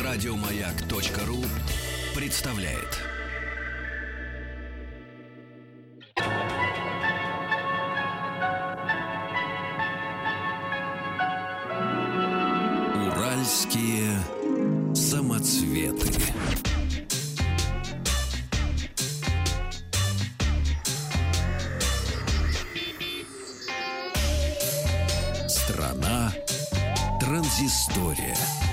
Радиомаяк.ру представляет. Уральские самоцветы. Страна транзистория.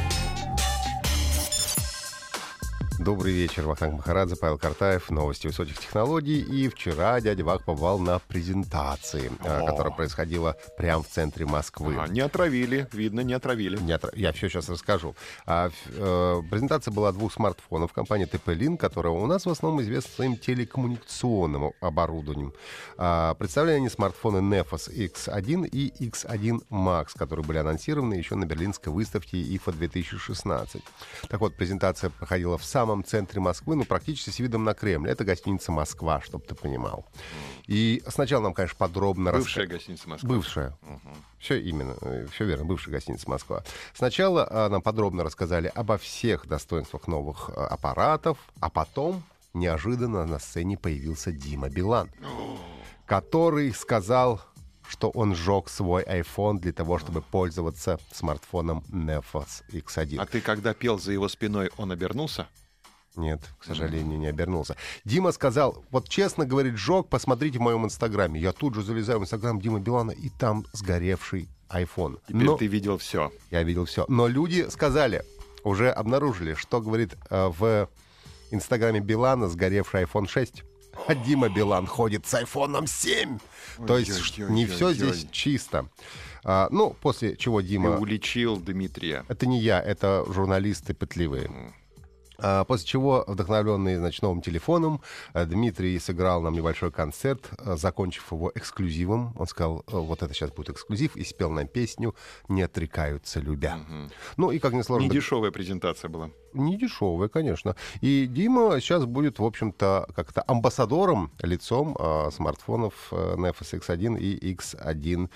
Добрый вечер, Вахтанг Махарадзе, Павел Картаев, новости высоких технологий. И вчера дядя Вах побывал на презентации, которая происходила прямо в центре Москвы. Не отравили, видно, не отравили. Я все сейчас расскажу. Презентация была двух смартфонов компании TP-Link, которая у нас в основном известна своим телекоммуникационным оборудованием. Представляли они смартфоны Nefos X1 и X1 Max, которые были анонсированы еще на берлинской выставке IFA 2016. Так вот, презентация проходила в самом центре Москвы, практически с видом на Кремль. Это гостиница «Москва», чтобы ты понимал. И сначала нам, конечно, подробно... Бывшая гостиница «Москва». Бывшая. Все именно, все верно, бывшая гостиница «Москва». Сначала нам подробно рассказали обо всех достоинствах новых аппаратов, а потом неожиданно на сцене появился Дима Билан, который сказал, что он сжег свой iPhone для того, чтобы пользоваться смартфоном Nefos X1. А ты, когда пел за его спиной, он обернулся? Нет, к сожалению, не обернулся. Дима сказал, вот честно говорит, сжег, посмотрите в моем инстаграме. Я тут же залезаю в инстаграм Димы Билана, и там сгоревший iPhone. Теперь ты видел все. Я видел все. Но люди сказали, уже обнаружили, что, говорит, в инстаграме Билана сгоревший iPhone 6. А Дима Билан ходит с iPhone 7. То есть не все здесь чисто. После чего Дима... Ты уличил Дмитрия. Это не я, это журналисты пытливые. После чего, вдохновленный новым телефоном, Дмитрий сыграл нам небольшой концерт, закончив его эксклюзивом. Он сказал, вот это сейчас будет эксклюзив, и спел нам песню «Не отрекаются любя». И как несложно... Недешевая презентация была. Недешевая, конечно. И Дима сейчас будет, в общем-то, как-то амбассадором, лицом смартфонов Nefos X1 и X1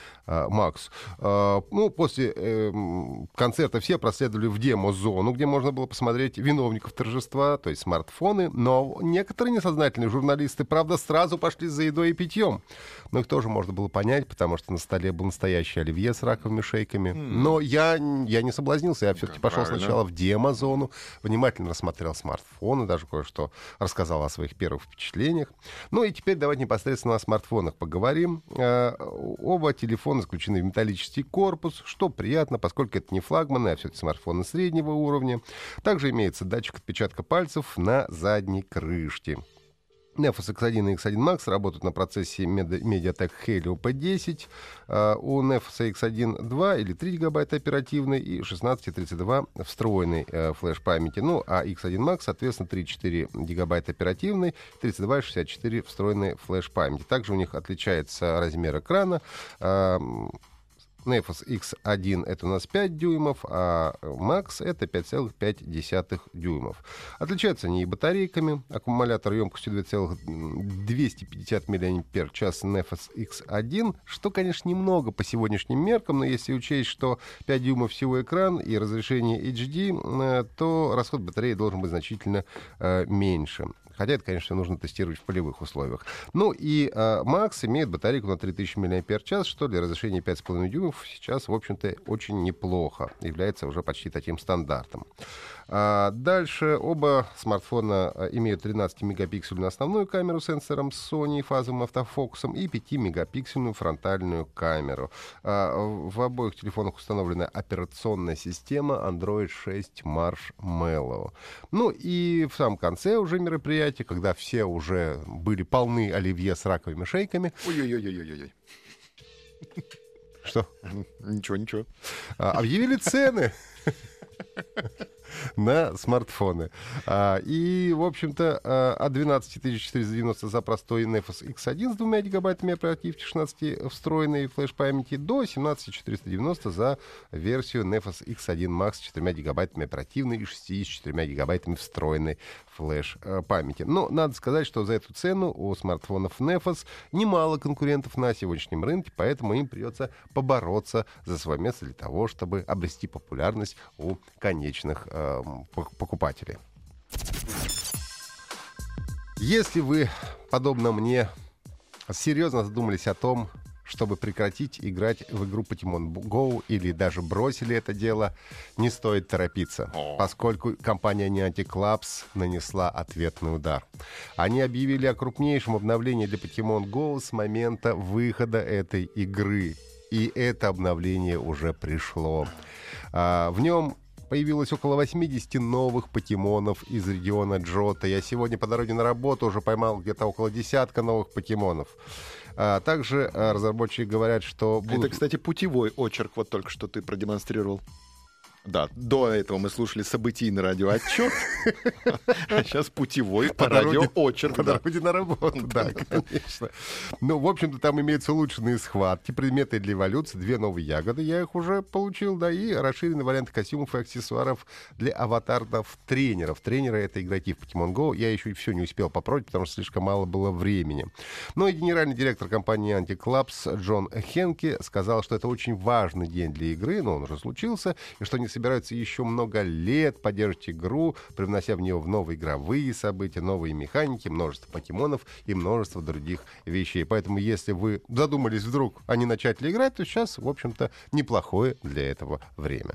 Max. После концерта все проследовали в демо-зону, где можно было посмотреть виновников торжества, то есть смартфоны. Но некоторые несознательные журналисты, правда, сразу пошли за едой и питьем. Но их тоже можно было понять, потому что на столе был настоящий оливье с раковыми шейками. Но я не соблазнился, я все-таки пошел сначала в демо-зону, внимательно рассмотрел смартфоны, даже кое-что рассказал о своих первых впечатлениях. И теперь давайте непосредственно о смартфонах поговорим. Оба телефона заключены в металлический корпус, что приятно, поскольку это не флагманы, а все-таки смартфоны среднего уровня. Также имеется датчик отпечатка пальцев на задней крышке. Nefos X1 и X1 Max работают на процессе MediaTek Helio P10. У Nefos X1 2 или 3 гигабайта оперативной и 16 и 32 встроенной флеш-памяти. А X1 Max, соответственно, 3-4 гигабайта оперативной, 32 и 64 встроенной флеш-памяти. Также у них отличается размер экрана. Nefos X1 это у нас 5 дюймов, а Max это 5,5 дюймов. Отличаются они и батарейками. Аккумулятор емкостью 250 мАч Nefos X1, что, конечно, немного по сегодняшним меркам, но если учесть, что 5 дюймов всего экран и разрешение HD, то расход батареи должен быть значительно меньше. Хотя это, конечно, нужно тестировать в полевых условиях. И Max имеет батарейку на 3000 мАч, что для разрешения 5,5 дюймов сейчас, в общем-то, очень неплохо. Является уже почти таким стандартом. Дальше оба смартфона имеют 13-мегапиксельную основную камеру с сенсором Sony, фазовым автофокусом, и 5-мегапиксельную фронтальную камеру. В обоих телефонах установлена операционная система Android 6 Marshmallow. И в самом конце уже мероприятия, когда все уже были полны оливье с раковыми шейками... Ой-ой-ой-ой-ой. Что? Ничего. Объявили цены на смартфоны. И, в общем-то, от 12 490 за простой Nefos X1 с 2 гигабайтами оперативки, 16 встроенной флеш-памяти, до 17 490 за версию Nefos X1 Max с 4 гигабайтами оперативной и 64 гигабайтами встроенной флеш-памяти. Но надо сказать, что за эту цену у смартфонов Nefos немало конкурентов на сегодняшнем рынке, поэтому им придется побороться за свое место для того, чтобы обрести популярность у конечных покупателей. Если вы, подобно мне, серьезно задумались о том, чтобы прекратить играть в игру Pokemon Go или даже бросили это дело, не стоит торопиться, поскольку компания Niantic Labs нанесла ответный удар. Они объявили о крупнейшем обновлении для Pokemon Go с момента выхода этой игры. И это обновление уже пришло. В нем появилось около 80 новых покемонов из региона Джота. Я сегодня по дороге на работу уже поймал где-то около десятка новых покемонов. Также разработчики говорят, что... Это, кстати, путевой очерк, вот только что ты продемонстрировал. Да, до этого мы слушали событийный радиоотчет, а сейчас путевой по радиоочерк. По дороге на работу, да, конечно. Ну, в общем-то, там имеются улучшенные схватки, предметы для эволюции, 2 новые ягоды, я их уже получил, да, и расширенный вариант костюмов и аксессуаров для аватаров тренеров. Тренеры — это игроки в Pokemon Go. Я еще и все не успел попробовать, потому что слишком мало было времени. Ну и генеральный директор компании Niantic Labs Джон Хенке сказал, что это очень важный день для игры, но он уже случился, и что они собираются еще много лет поддерживать игру, привнося в нее новые игровые события, новые механики, множество покемонов и множество других вещей. Поэтому, если вы задумались вдруг, а не начать ли играть, то сейчас, в общем-то, неплохое для этого время.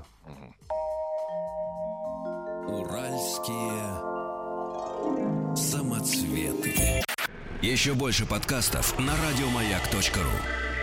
Уральские самоцветы. Еще больше подкастов на радиомаяк.ру.